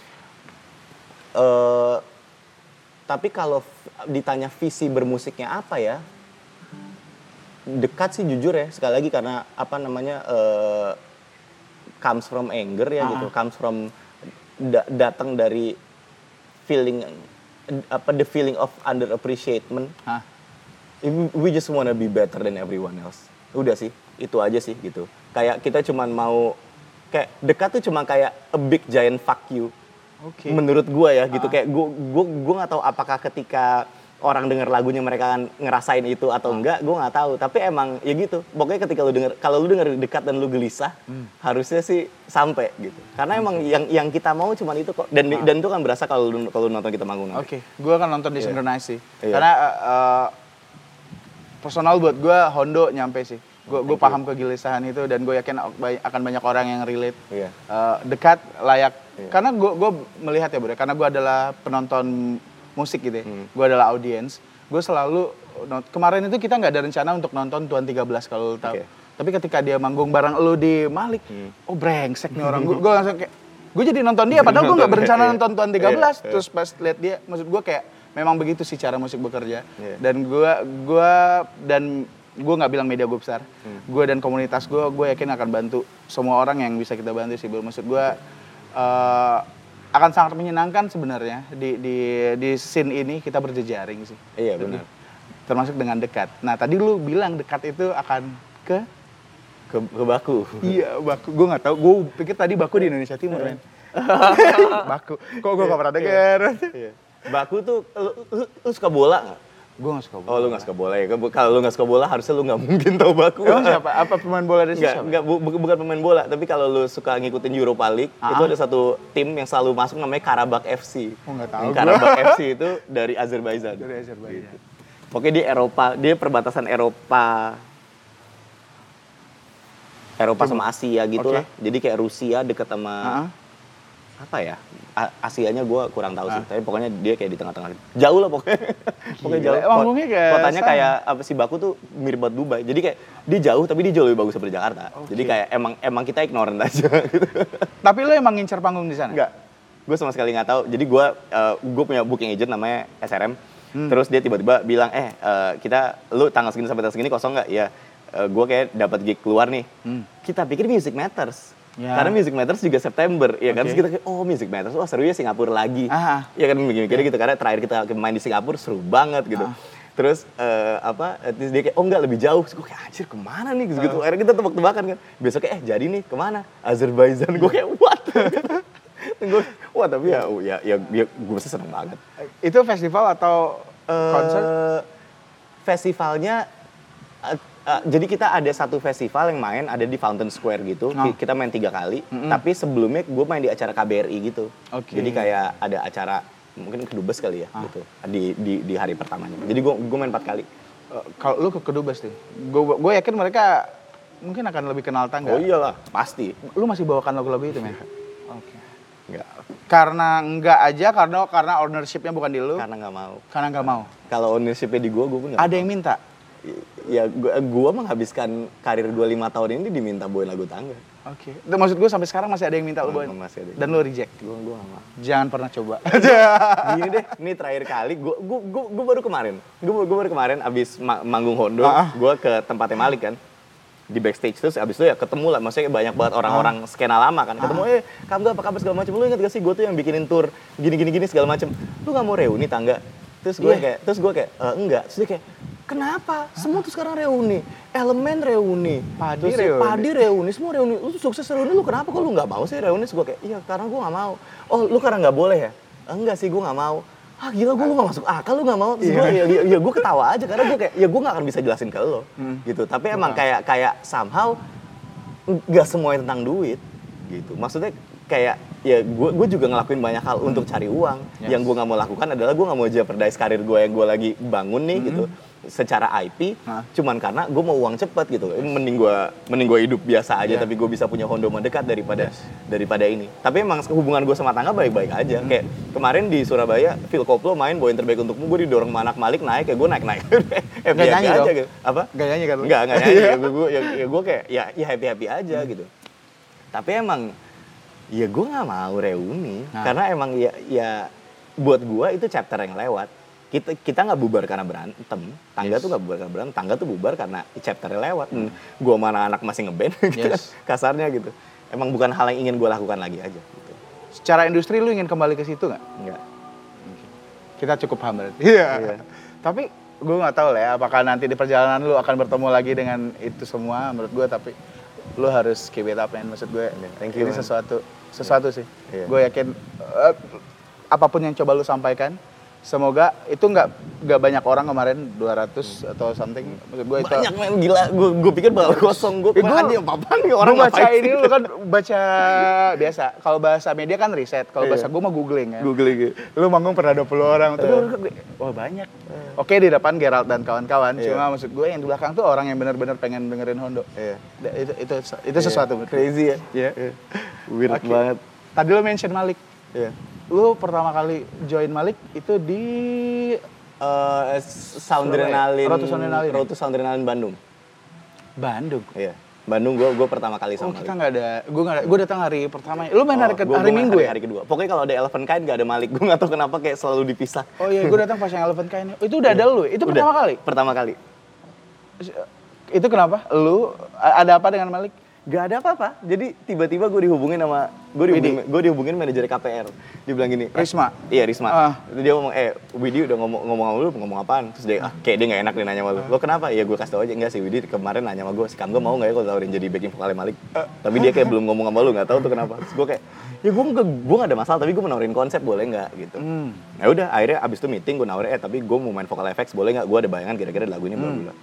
Eh tapi kalau f- ditanya visi bermusiknya apa ya? Dekat sih jujur ya, sekali lagi karena apa namanya eh, comes from anger ya Ah. gitu, comes from da- datang dari feeling eh, apa the feeling of underappreciation. Hah? We just wanna be better than everyone else. Udah sih, itu aja sih gitu. Kayak kita cuman mau kayak dekat tuh cuma kayak a big giant fuck you. Oke. Menurut gua ya gitu Ah. kayak gua gua gua nggak tahu apakah ketika orang denger lagunya mereka akan ngerasain itu atau enggak, gua nggak tahu. Tapi emang ya gitu. Pokoknya ketika lu denger kalau lu denger dekat dan lu gelisah, harusnya sih sampai gitu. Karena emang yang yang kita mau cuman itu kok. Dan Ah. dan itu kan berasa kalau lu kalau lu nonton kita manggung. nanti. Oke, gue akan nonton di Iya. Synchronize sih. Iya. Karena uh, uh, personal buat gue Hondo nyampe sih. Gue gue Thank you. paham kegelisahan itu dan gue yakin ak- akan banyak orang yang relate. Iya. Uh, dekat, layak. Iya. Karena gue gue melihat ya bro, karena gue adalah penonton musik gitu ya. Hmm. Gue adalah audiens. Gue selalu not- kemarin itu kita nggak ada rencana untuk nonton Tuan tiga belas kalau lu tahu. Oke. Tapi ketika dia manggung bareng lu di Malik, Hmm. oh brengsek nih orang. Gue gue langsung kayak gue jadi nonton dia padahal gue nggak berencana Iya. nonton Tuan tiga belas. Iya, iya. Terus pas lihat dia, maksud gue kayak memang begitu sih cara musik bekerja. Iya. Dan gue gue dan gue nggak bilang media gue besar. Hmm. Gue dan komunitas gue, gue yakin akan bantu semua orang yang bisa kita bantu sih. Bro. Maksud gue eh, akan sangat menyenangkan sebenarnya di di di scene ini kita berjejaring sih. Iya, Jadi, benar. termasuk dengan dekat. Nah tadi lu bilang dekat itu akan ke Ke, ke Baku. iya Baku. Gue nggak tahu. Gue pikir tadi Baku di Indonesia Timur men. Baku. Kok gue nggak pernah dengar. Iya. Baku tuh lu, lu, lu suka bola nggak? Gue nggak suka bola. Oh, lu nggak suka bola ya? Kalau lu nggak suka bola, harusnya lu nggak mungkin tahu Baku. Emang siapa? Apa pemain bola dari siapa? Nggak, bu, bukan pemain bola. Tapi kalau lu suka ngikutin Europa League, uh-huh. itu ada satu tim yang selalu masuk namanya Karabakh F C. Oh, nggak tahu. Karabakh F C itu dari Azerbaijan. Dari Azerbaijan. Gitu. Pokoknya dia Eropa, dia perbatasan Eropa, Eropa sama Asia gitu okay. lah. Jadi kayak Rusia dekat sama uh-huh. apa ya? Asianya gue kurang tahu sih, ah. tapi pokoknya dia kayak di tengah-tengah. Jauh lah pokoknya. pokoknya jauh. Manggungnya kayak kotanya kayak apa sih Baku tuh mirip banget Dubai. Jadi kayak dia jauh tapi dia jauh lebih bagus daripada Jakarta. Okay. Jadi kayak emang emang kita ignorant aja gitu. Tapi lo emang ngincer panggung di sana? Enggak. Gue sama sekali nggak tahu. Jadi gue uh, gue punya booking agent namanya S R M. Hmm. Terus dia tiba-tiba bilang, "Eh, uh, kita lu tanggal segini sampai tanggal segini kosong nggak?" Iya. Uh, gue kayak dapat gig keluar nih. Hmm. Kita pikir Music Matters. Ya. Karena Music Matters juga September, ya kan? Okay. Terus kita kayak, oh Music Matters, wah seru ya Singapura lagi. Aha. Ya kan, mikir-mikirnya gitu, karena terakhir kita main di Singapura seru banget gitu. Ah. Terus, uh, apa, terus dia kayak, oh enggak lebih jauh. Terus gue kayak, anjir kemana nih? Gitu, uh. akhirnya kita tebak-tebakan kan. Besoknya, eh jadi nih, kemana? Azerbaijan. Gue kayak, what? Gue, wah tapi ya, ya, ya, ya gue pasti seneng banget. Itu festival atau uh, konser? Festivalnya, uh, Uh, jadi kita ada satu festival yang main ada di Fountain Square gitu. Oh. Kita main tiga kali. Mm-hmm. Tapi sebelumnya gue main di acara K B R I gitu. Okay. Jadi kayak ada acara mungkin Kedubes kali ya ah. gitu di, di di hari pertamanya. Jadi gue gue main empat kali. Uh, kalau lu ke Kedubes nih, gue gue yakin mereka mungkin akan lebih kenal Tangga. Oh iyalah, pasti. Lu masih bawakan lagu-lagu itu men? Oke. Okay. Enggak. Karena enggak aja karena karena ownership-nya bukan di lu. Karena enggak mau. Karena enggak mau. Kalau ownership-nya di gue, gue pun enggak. Ada mau. Yang minta. Ya gua, gua menghabiskan karir gua lima tahun ini diminta bawain lagu Tangga. Oke. Okay. Maksud gua sampai sekarang masih ada yang minta lu bawain. Masih ada. Dan lu reject. Gua gua enggak. Jangan pernah coba. Gini deh, ini terakhir kali gua gua gua, gua baru kemarin. Gua gua baru kemarin abis ma- manggung Hondo, ah. gua ke tempatnya Malik kan. Di backstage terus abis itu ya ketemu lah, maksudnya banyak banget orang-orang ah. skena lama kan. Ketemu, eh kamu apa kabar segala macam. Lu ingat gak sih gua tuh yang bikinin tour gini-gini gini segala macam. Lu enggak mau reuni Tangga? Terus gua yeah. kayak terus gua kayak e, enggak. Terus dia kayak kenapa? Semua tuh sekarang reuni, Elemen reuni, Padi terus reuni, Padi reuni, semua reuni. Lu tuh sukses reuni, lu kenapa kok lu nggak mau sih reuni? Terus gue kayak, iya karena gue nggak mau. Oh lu karena nggak boleh ya? Enggak sih, gue nggak mau. Ah gila, gue lu nggak masuk akal, lu nggak mau. Terus gue ya, ya, ya gue ketawa aja karena gue kayak, ya gue nggak akan bisa jelasin ke lo, hmm. gitu. Tapi emang kayak kayak somehow nggak semuanya tentang duit, gitu. Maksudnya kayak ya gue gue juga ngelakuin banyak hal untuk cari uang. Yes. Yang gue nggak mau lakukan adalah gue nggak mau jeopardize karir gue yang gue lagi bangun nih, mm-hmm. gitu. Secara I P, Hah? cuman karena gue mau uang cepet gitu. Yes. Mending gue mending gue hidup biasa aja, yeah. tapi gue bisa punya Hondo mendekat daripada yes. daripada ini. Tapi emang hubungan gue sama Tangga baik-baik aja. Hmm. Kayak kemarin di Surabaya, Phil Koplo main bawa yang terbaik untukmu, gue didorong sama anak Malik naik, kayak gue naik-naik. Happy happy aja gitu. Apa? Gak nyanyi kan? Enggak, enggak nyanyi. ya, gue ya, ya gue kayak ya, ya happy-happy aja hmm. gitu. Tapi emang ya gue nggak mau reuni nah. karena emang ya ya buat gue itu chapter yang lewat. Kita kita nggak bubar karena berantem, Tangga yes. tuh nggak bubar karena berantem, Tangga tuh bubar karena chapternya lewat. Hmm. Gue mana anak masih ngeband, gitu yes. kasarnya gitu. Emang bukan hal yang ingin gue lakukan lagi aja. Gitu. Secara industri lu ingin kembali ke situ nggak? Nggak. Kita cukup paham berarti. Iya. Yeah. Tapi gue nggak tahu lah ya, apakah nanti di perjalanan lu akan bertemu lagi dengan itu semua. Menurut gue, tapi lu harus keep it up, man. Maksud gue, yeah. Thank you, ini man. sesuatu sesuatu yeah. sih. Yeah. Gue yakin uh, apapun yang coba lu sampaikan. Semoga itu nggak nggak banyak orang kemarin dua ratus atau something. Maksud gue itu banyak men, gila. Gue gue pikir bakal kosong. Gue kemarin dia apa-apa nih orang gue baca ini lu kan baca biasa. Kalau bahasa media kan riset. Kalau bahasa gue mah googling ya. Googling. Lu manggung pernah dua puluh orang. Tuh, wah banyak. Oke di depan Gerald dan kawan-kawan. Cuma maksud gue yang di belakang tuh orang yang benar-benar pengen dengerin Hondo. Iya. Itu itu itu sesuatu crazy ya. Iya. Weird banget. Tadi lu mention Malik. Iya. Lu pertama kali join Malik itu di uh, Soundrenalin, Road to Soundrenalin, Road to Soundrenalin Bandung. Bandung. Iya. Bandung gue gue pertama kali sama oh, Malik. Oh kita nggak ada, gue nggak ada, gue datang hari pertama. Lu main oh, hari, gua, hari gua Minggu hari, ya? Hari kedua. Pokoknya kalau ada Elephant Kind nggak ada Malik. Gue nggak tahu kenapa kayak selalu dipisah. Oh iya, gue datang pas yang Elephant Kind. Itu udah ada lu? Itu udah, pertama kali? Pertama kali. Itu kenapa? Lu ada apa dengan Malik? Gak ada apa-apa. Jadi tiba-tiba gue dihubungin sama gue dihubungin gue dihubungin manajer K P R. Dia bilang gini, Risma. Eh, iya Risma. Ah. Dia ngomong, "Eh, Widi udah ngomong ngomong sama lu, ngomong apaan?" Terus dia, "Ah, kayak dia enggak enak dia nanya sama lu." "Lo kenapa?" "Ya gue kasih tau aja, enggak sih Widi kemarin nanya sama gue, si Kamga mau enggak ya kalau tawarin jadi backing vokalnya Malik." Uh. Tapi dia kayak belum ngomong sama lu, enggak tahu tuh kenapa. Terus gue kayak, ya gue nggak gue nggak ada masalah, tapi gue mau nawarin konsep boleh nggak gitu. Hmm. Nah udah akhirnya abis itu meeting gue nawarin, eh tapi gue mau main vocal effects boleh nggak? Gue ada bayangan kira-kira lagu ini bla bla.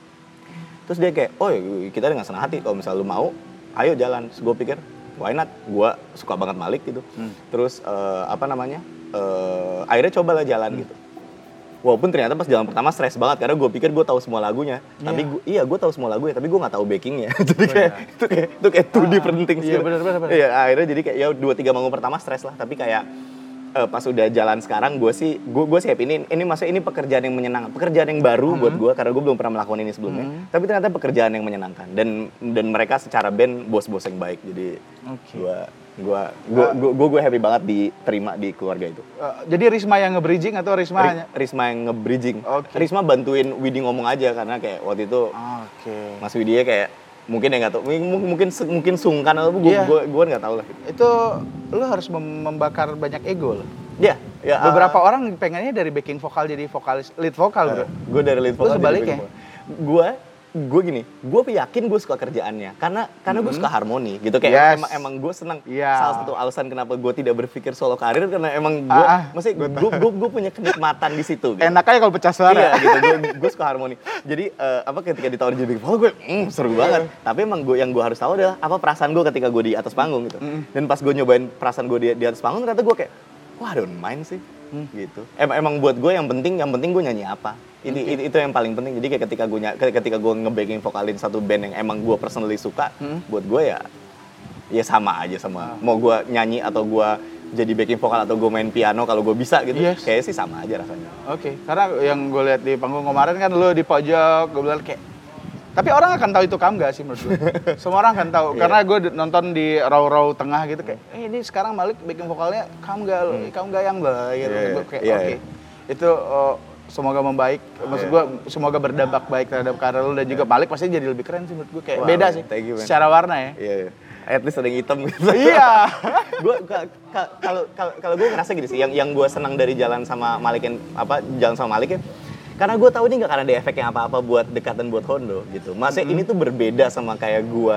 Terus dia kayak, oh ya kita dengan senang hati kalau misalnya lu mau, ayo jalan. Terus gue pikir, why not? Gue suka banget Malik gitu. Hmm. Terus uh, apa namanya? Uh, akhirnya cobalah jalan hmm. gitu. Walaupun ternyata pas jalan pertama stres banget karena gue pikir gue tahu semua lagunya, yeah. tapi gua, iya gue tahu semua lagunya, tapi gue nggak tahu backingnya. Jadi kayak oh, itu kayak itu kayak two D printing sih. Iya benar benar. Iya akhirnya jadi kayak ya dua tiga minggu pertama stres lah, tapi kayak uh, pas udah jalan sekarang gue sih gue gue sih happy ini ini maksudnya ini pekerjaan yang menyenangkan, pekerjaan yang baru mm-hmm. buat gue karena gue belum pernah melakukan ini sebelumnya, mm-hmm. tapi ternyata pekerjaan yang menyenangkan dan dan mereka secara band bos-bos yang baik, jadi okay. gue Gua gua, gua gua gua happy banget diterima di keluarga itu. Uh, jadi Risma yang nge-bridging atau Risma hanya? Risma yang nge-bridging. Okay. Risma bantuin Widi ngomong aja karena kayak waktu itu okay. Mas Widi kayak mungkin ya nggak tahu, mungkin mungkin mungkin sungkan atau gua yeah. gua gua nggak tahu lah. Itu lu harus membakar banyak ego loh. Iya, yeah, yeah, beberapa uh, orang pengennya dari backing vokal jadi vokalis lead vokal, bro. Uh, gua dari lead vokal. Lu sebaliknya. Gua gue gini, gue yakin gue suka kerjaannya karena karena gue suka harmoni gitu kayak yes. emang emang gue senang yeah. salah satu alasan kenapa gue tidak berpikir solo karir karena emang gue ah, maksudnya gue gue punya kenikmatan di situ. Gitu. Enak aja kalau pecah suara. Iya gitu, gue gue suka harmoni. Jadi uh, apa ketika ditawarin jadi vokal gue mm, seru banget. Tapi emang gue yang gue harus tahu adalah apa perasaan gue ketika gue di atas panggung gitu. Mm. Dan pas gue nyobain perasaan gue di, di atas panggung ternyata gue kayak wah I don't mind sih. Hmm. Gitu. Em- emang buat gue yang penting yang penting gue nyanyi apa. Itu, okay. itu itu yang paling penting. Jadi kayak ketika gue ketika gue nge-backing vokalin satu band yang emang gue personally suka, hmm. buat gue ya ya sama aja sama. Oh. Mau gue nyanyi atau gue jadi backing vokal atau gue main piano kalau gue bisa gitu. Yes. Kayaknya sih sama aja rasanya. Oke. Okay. Karena yang gue lihat di panggung kemarin kan lu di pojok, gue bilang kayak tapi orang akan tahu itu Kamga sih menurut gue. Semua orang akan tahu. Yeah. Karena gue nonton di row-row tengah gitu kayak, eh ini sekarang Malik backing vokalnya Kamga loh, hmm. Kamga yang baik. Gitu. Yeah, gue kayak yeah, oke. Okay. Yeah. Itu uh, semoga membaik. Maksud gue yeah. semoga berdampak baik terhadap karir lu dan juga Malik pasti jadi lebih keren sih menurut gue. Kayak wow, beda sih. You, secara warna ya. Iya. Yeah, yeah. At least ada yang hitam gitu. Iya. Gue kalau kalau kalau gue ngerasa gini sih, yang yang gue senang dari jalan sama Malik apa jalan sama Malik ya. Karena gue tahu ini gak akan ada efek yang apa-apa buat dekatan buat Hondo gitu. Maksudnya mm-hmm. ini tuh berbeda sama kayak gue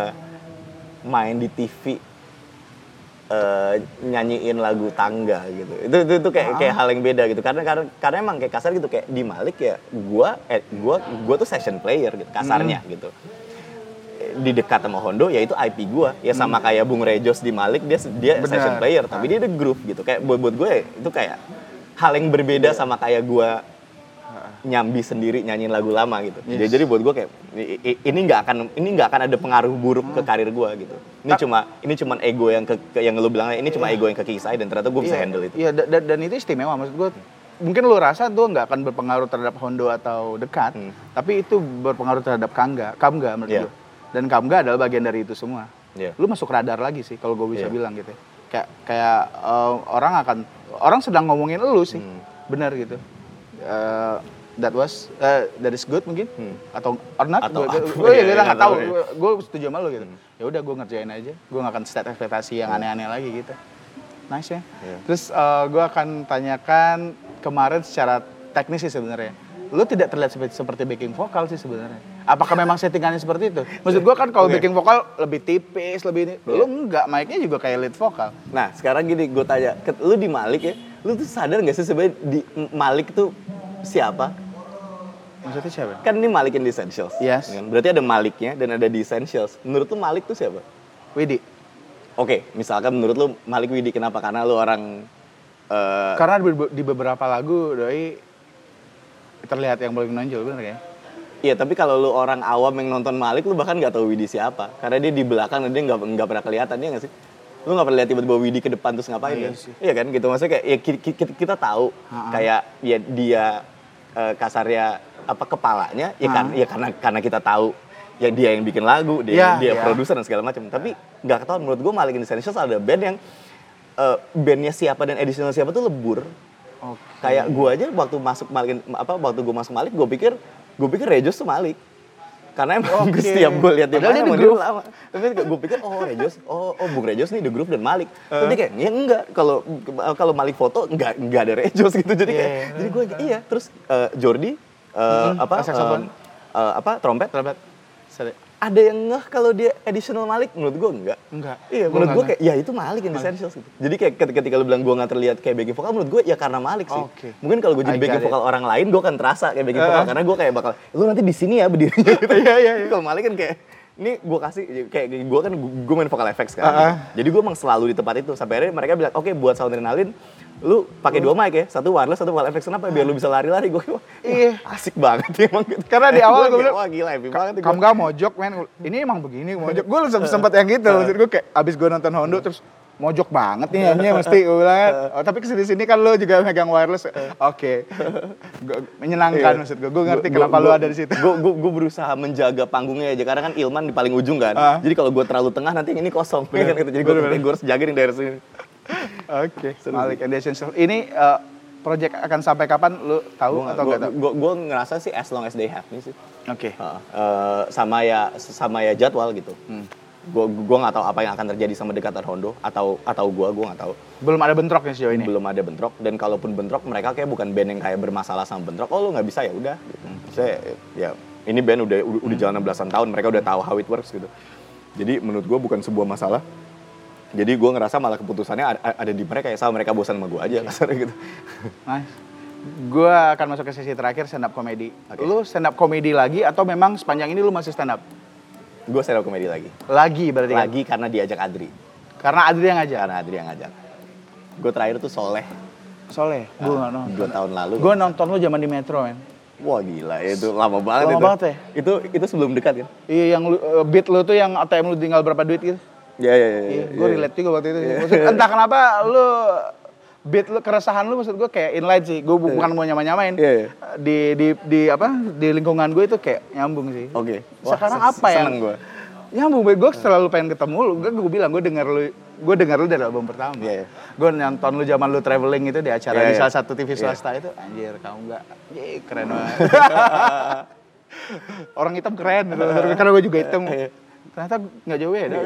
main di T V uh, nyanyiin lagu tangga gitu. Itu itu, itu kayak ah. kayak hal yang beda gitu. Karena karena karena emang kayak kasar gitu kayak di Malik ya gue eh gue gue tuh session player gitu kasarnya mm. gitu. Di dekat sama Hondo ya itu I P gue ya sama hmm. kayak Bung Rejos di Malik dia dia Bener. session player tapi ah. dia ada groove gitu. Kayak buat buat gue itu kayak hal yang berbeda yeah. sama kayak gue nyambi sendiri nyanyiin lagu lama gitu. Yes. Jadi buat gue kayak ini nggak akan ini nggak akan ada pengaruh buruk hmm. ke karir gue gitu. Ini Ta- cuma ini cuma ego yang ke, ke yang lu bilang ini cuma yeah. ego yang kekisah dan ternyata gue bisa yeah. handle itu. Iya yeah, dan, dan itu istimewa maksud gue. Mungkin lu rasa itu nggak akan berpengaruh terhadap Hondo atau dekat, hmm. tapi itu berpengaruh terhadap Kamga, Kamga menurut yeah. gue. Dan Kamga adalah bagian dari itu semua. Yeah. Lu masuk radar lagi sih kalau gue bisa yeah. bilang gitu. Kayak kayak uh, orang akan orang sedang ngomongin lu sih, hmm. benar gitu. Uh, That was, uh, that is good mungkin, hmm. atau or not? Atau gue ya gue nggak tahu. Gue setuju sama lo gitu. Hmm. Ya udah gue ngerjain aja. Gue nggak akan set ekspektasi yang hmm. aneh-aneh lagi gitu. Nice ya. Yeah. Terus uh, gue akan tanyakan kemarin secara teknis sih sebenarnya. Lo tidak terlihat seperti, seperti backing vokal sih sebenarnya. Apakah memang settingannya seperti itu? Maksud gue kan kalau okay. backing vokal lebih tipis, lebih ini. Yeah. Lo enggak, mic-nya juga kayak lead vokal. Nah sekarang gini gue tanya, lo di Malik ya, lo tuh sadar nggak sih sebenarnya di Malik tuh siapa? Maksudnya siapa? Kan ini Malik in the Essentials. Yes. Kan? Berarti ada Maliknya dan ada di Essentials. Menurut lu Malik tuh siapa? Widi. Oke, okay, misalkan menurut lu Malik Widi kenapa? Karena lu orang... Uh... Karena di beberapa lagu Doi terlihat yang paling menonjol, bener ya? Iya, tapi kalau lu orang awam yang nonton Malik, lu bahkan nggak tahu Widi siapa. Karena dia di belakang dan dia nggak nggak pernah kelihatan, dia nggak sih? Lu nggak pernah lihat tiba-tiba Widi ke depan terus ngapain? Oh, iya, sih. Iya kan, gitu maksudnya kayak ya, kita, kita tahu Ha-ha. kayak ya dia uh, kasarnya apa kepalanya ya kan ya karena karena kita tahu ya dia yang bikin lagu dia yeah, dia yeah. produser dan segala macam tapi nggak ketahuan menurut gue Malik in the Essentials ada band yang uh, bandnya siapa dan additional siapa tuh lebur okay. Kayak gue aja waktu masuk Malik apa waktu gue masuk Malik gue pikir gue pikir Rejos tuh Malik karena emang okay. setiap gue lihat dia main sama dia lama tapi gue pikir oh Rejos oh oh Bung Rejos nih The Groove dan Malik uh. tapi kayak ya enggak kalau kalau Malik foto enggak enggak ada Rejos gitu jadi kayak yeah. jadi gue iya terus uh, Jordi Uh, hmm, apa uh, uh, apa trompet trompet ada yang ngeh kalau dia additional Malik, menurut gue enggak. Enggak. Iya, menurut gue kayak, ya itu Malik in Essentials gitu. Jadi kayak ketika lu bilang gue nggak terlihat kayak backing vokal, menurut gue ya karena Malik sih. Oke. Mungkin kalau gue jadi I backing got it. vokal orang lain, gue akan terasa kayak backing vokal. Karena gue kayak bakal, lu nanti di sini ya berdirinya gitu. Iya, iya, iya. Kalau Malik kan kayak, ini gue kasih, kayak gue kan, gue main vokal effects kan. Uh-uh. Jadi gue emang selalu di tempat itu. Sampai akhirnya mereka bilang, oke buat Soundrenalin, lu pakai dua mic ya, satu wireless, satu vocal effects. Kenapa? Biar lu bisa lari-lari. Gue kayak, Iya. asik banget emang gitu. Karena di awal gue bilang, wah gila, happy banget. kamu gak mojok men, ini emang begini mojok. Gue sempet yang gitu, maksud gue kayak abis gue nonton Hondo terus mojok banget nih nyanyi mesti gue bilang. Oh tapi kesini-sini kan lo juga megang wireless. Oke, Gua- menyenangkan maksud gue. Gue ngerti kenapa lo ada di situ. Gue gue berusaha menjaga panggungnya aja karena kan Ilman di paling ujung kan. Ah. Jadi kalau gue terlalu tengah nanti yang ini kosong. Kan gitu. Jadi gue gue harus jaga nih daerah sini. Oke, Malik and the Essentials. Ini uh, project akan sampai kapan lu tahu atau enggak tahu? Gue gue ngerasa sih as long as they have me sih. Oke. Uh, uh, sama ya sama ya jadwal gitu. Hmm. Gue gue nggak tahu apa yang akan terjadi sama Dekatan Hondo atau atau gue gue nggak tahu. Belum ada bentrok nih sejauh ini. Belum ada bentrok dan kalaupun bentrok mereka kayak bukan band yang kayak bermasalah sama bentrok. Oh lu nggak bisa ya udah. Gitu. Saya ya ini band udah udah, udah jalan belasan tahun, mereka udah tahu how it works gitu. Jadi menurut gue bukan sebuah masalah. Jadi gue ngerasa malah keputusannya ada, ada di mereka ya, sama mereka bosan sama gue aja kasarnya gitu. Nice. Gue akan masuk ke sesi terakhir stand up comedy. Oke. Lu stand up comedy lagi atau memang sepanjang ini lu masih stand up? Gue stand up comedy lagi. Lagi berarti kan? Lagi karena diajak Adri. Karena Adri yang ngajak? Karena Adri yang ngajak. Gue terakhir tuh Soleh. Soleh? Gue nggak nonton. Dua tahun lalu. Gue nonton lu zaman di Metro men. Wah gila, itu lama banget Lama itu. banget ya? Itu itu sebelum dekat kan? Iya yang lu, uh, beat lu tuh yang A T M lu tinggal berapa duit gitu? Iya iya iya. Iya, gue relate juga waktu itu. Maksud, entah kenapa lu beat lu keresahan lu maksud gue kayak inline sih. Gue bu- bukan mau nyama-nyamain. Iya, iya. Di di di apa? Di lingkungan gue itu kayak nyambung sih. Oke. Sekarang Wah, apa ya? Seneng gue. Nyambung, gue selalu pengen ketemu lu. Gue gue bilang gue denger lu gue denger lu dari album pertama. Iya, iya. Gue nonton lu zaman lu traveling itu di acara Iya, di iya. salah satu T V Iya. swasta itu. Anjir, kamu enggak. Ye, keren banget. Orang hitam keren gitu. Karena gue juga hitam. Iya. Ternyata nggak jauh beda.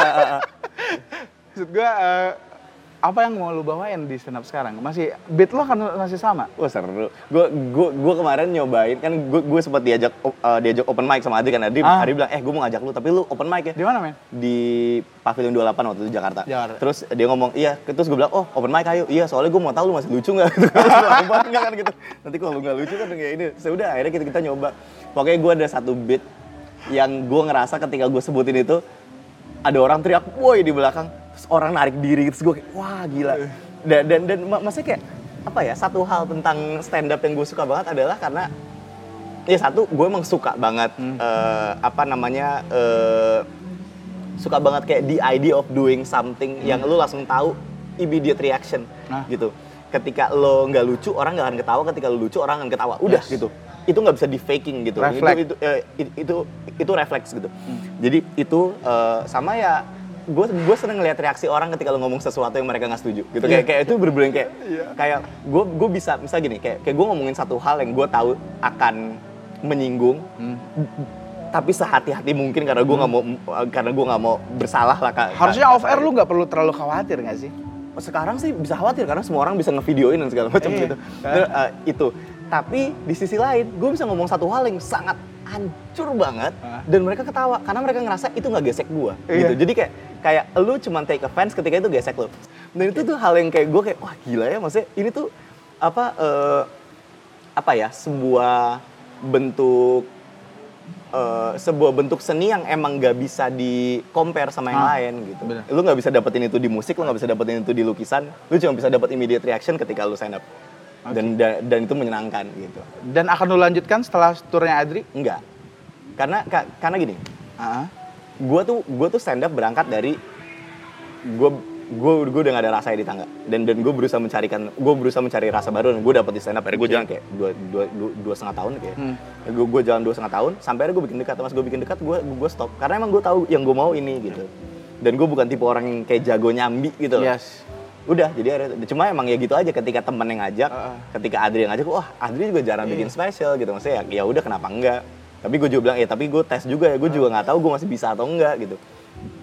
Maksud gue, uh, apa yang mau lu bawain di stand up sekarang? Masih beat lo kan masih sama? Wah seru. Gue gue gue kemarin nyobain kan gue gue sempat diajak uh, diajak open mic sama Adri kan. Adri Ah. Adri bilang eh gue mau ngajak lu tapi lu open mic ya. Di mana men? Di Pavilion dua puluh delapan waktu itu Jakarta. Jakarta. Terus dia ngomong iya. Terus gue bilang oh open mic ayo. Iya soalnya gue mau tahu lu masih lucu nggak? Gitu. Enggak kan gitu. Nanti kalau lu nggak lucu kan kayak ini. Sudah akhirnya kita kita nyoba. Pokoknya gue ada satu beat yang gue ngerasa ketika gue sebutin itu ada orang teriak woi di belakang. Terus orang narik diri gitu. Terus gue kayak wah gila. Dan dan, dan maksudnya kayak apa ya satu hal tentang stand up yang gue suka banget adalah karena ya satu gue emang suka banget Hmm. eh, apa namanya eh, suka banget kayak the idea of doing something yang lu langsung tahu immediate reaction Nah. gitu. Ketika lo nggak lucu orang nggak akan ketawa, ketika lo lucu orang akan ketawa. Udah Yes. gitu. Itu nggak bisa di faking gitu. Reflect. Itu itu eh, itu, itu itu refleks gitu. Jadi itu eh, sama ya gue gue seneng ngeliat reaksi orang ketika lo ngomong sesuatu yang mereka nggak setuju gitu. Kayak kayak itu bener-bener kayak kayak gue gue bisa misal gini kayak kayak gue ngomongin satu hal yang gue tahu akan menyinggung. Tapi sehati-hati mungkin karena gue nggak mau karena gue nggak mau bersalah lah Kak. Harusnya off air lu nggak perlu terlalu khawatir nggak sih? Sekarang sih bisa khawatir karena semua orang bisa ngevideoin dan segala macam Iya. gitu. Terus, uh, itu. Tapi di sisi lain, gue bisa ngomong satu hal yang sangat hancur banget Hah? dan mereka ketawa karena mereka ngerasa itu nggak gesek gue. Iya. Gitu. Jadi kayak kayak lu cuma take offense ketika itu gesek lu. Dan itu tuh hal yang kayak gue kayak wah gila ya, maksudnya ini tuh apa uh, apa ya sebuah bentuk Uh, sebuah bentuk seni yang emang nggak bisa di compare sama yang Ah, lain gitu. bener. Lu nggak bisa dapetin itu di musik, lu nggak bisa dapetin itu di lukisan, lu cuma bisa dapet immediate reaction ketika lu stand up. Dan, dan dan itu menyenangkan gitu. Dan akan lu lanjutkan setelah turnya Adri? Enggak, karena ka- karena gini, Ah. gue tuh gue tuh stand up berangkat dari gue gue gue udah gak ada rasa di tangga dan dan gue berusaha mencarikan gue berusaha mencari rasa baru dan gue dapet di stand up. Akhirnya gue jalan kayak dua dua dua, dua setengah tahun kayak Hmm. gue gue jalan dua setengah tahun sampai akhirnya gue bikin dekat. Mas gue bikin dekat gue gue stop karena emang gue tahu yang gue mau ini gitu. Dan gue bukan tipe orang yang kayak jago nyambi gitu loh. Yes. Udah jadi akhirnya cuma emang ya gitu aja ketika temen yang ngajak, Uh-uh. ketika Adri yang ngajak, wah Adri juga jarang bikin spesial gitu. Maksudnya ya, ya udah kenapa enggak. Tapi gue juga bilang ya tapi gue tes juga ya, gue juga nggak tahu gue masih bisa atau enggak gitu.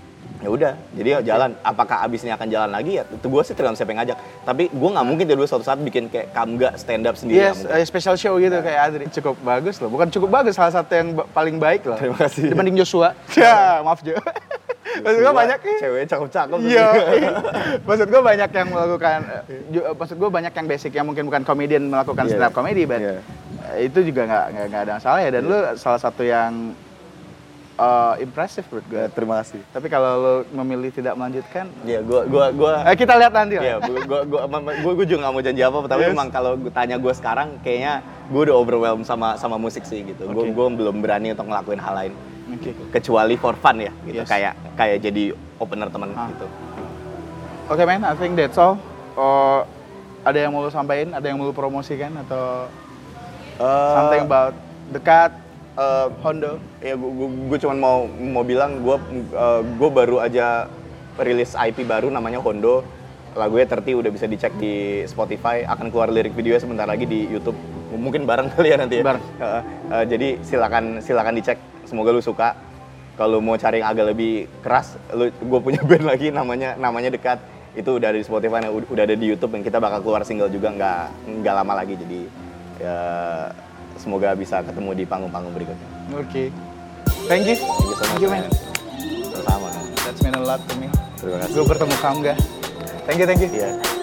Ya udah, jadi ya jalan. Apakah abis ini akan jalan lagi ya? Itu gue sih tergantung siapa yang ngajak. Tapi gue nggak mungkin tiba-tiba suatu saat bikin kayak Kamga stand up sendiri. Yes, uh, special show gitu kayak Adri. Cukup bagus loh, bukan cukup bagus, salah satu yang ba- paling baik loh. Terima kasih. Dibanding Joshua. Ya, maaf Jo. Maksud gue banyak cewek cakep-cakep. Iya. Maksud gue banyak yang melakukan, uh, maksud gue banyak yang basic yang mungkin bukan komedian melakukan Yeah. stand up comedy, but Yeah. uh, itu juga nggak nggak nggak ada masalah ya. Dan lu salah satu yang uh, impresif menurut gue. Ya, terima kasih. Tapi kalau lo memilih tidak melanjutkan, Iya, gua gua gua eh, kita lihat nanti lah. Iya, gua gua gua, gua, gua juga nggak mau janji apa, tapi Yes. memang kalau gua tanya gua sekarang kayaknya gua udah overwhelmed sama sama musik sih gitu. Gua Okay. gua belum berani untuk ngelakuin hal lain. Oke. Kecuali for fun ya gitu. Yes. Kayak kayak jadi opener teman Ah. gitu. Oke man, I think that's all. Oh, ada yang mau lu sampaikan? Ada yang mau lu promosikan atau something about Dekat, uh, Hondo? Ya gua gua, gua cuman mau mau bilang gua uh, gua baru aja rilis I P baru namanya Hondo. Lagunya tiga puluh udah bisa dicek di Spotify, akan keluar lirik videonya sebentar lagi di YouTube. Mungkin bareng kali ya nanti ya. Bareng. Uh, uh, jadi silakan silakan dicek. Semoga lu suka. Kalau mau cari yang agak lebih keras, lu gue punya band lagi namanya namanya Dekat. Itu udah ada di Spotify, udah, udah ada di YouTube, dan kita bakal keluar single juga nggak nggak lama lagi. Jadi ya semoga bisa ketemu di panggung-panggung berikutnya. Oke. Okay. Thank you. Thank you so much, Thank you, man. man. Sama-sama. That's mean a lot to me. Terima kasih. Gue bertemu kamu, gak? Thank you, thank you. Iya.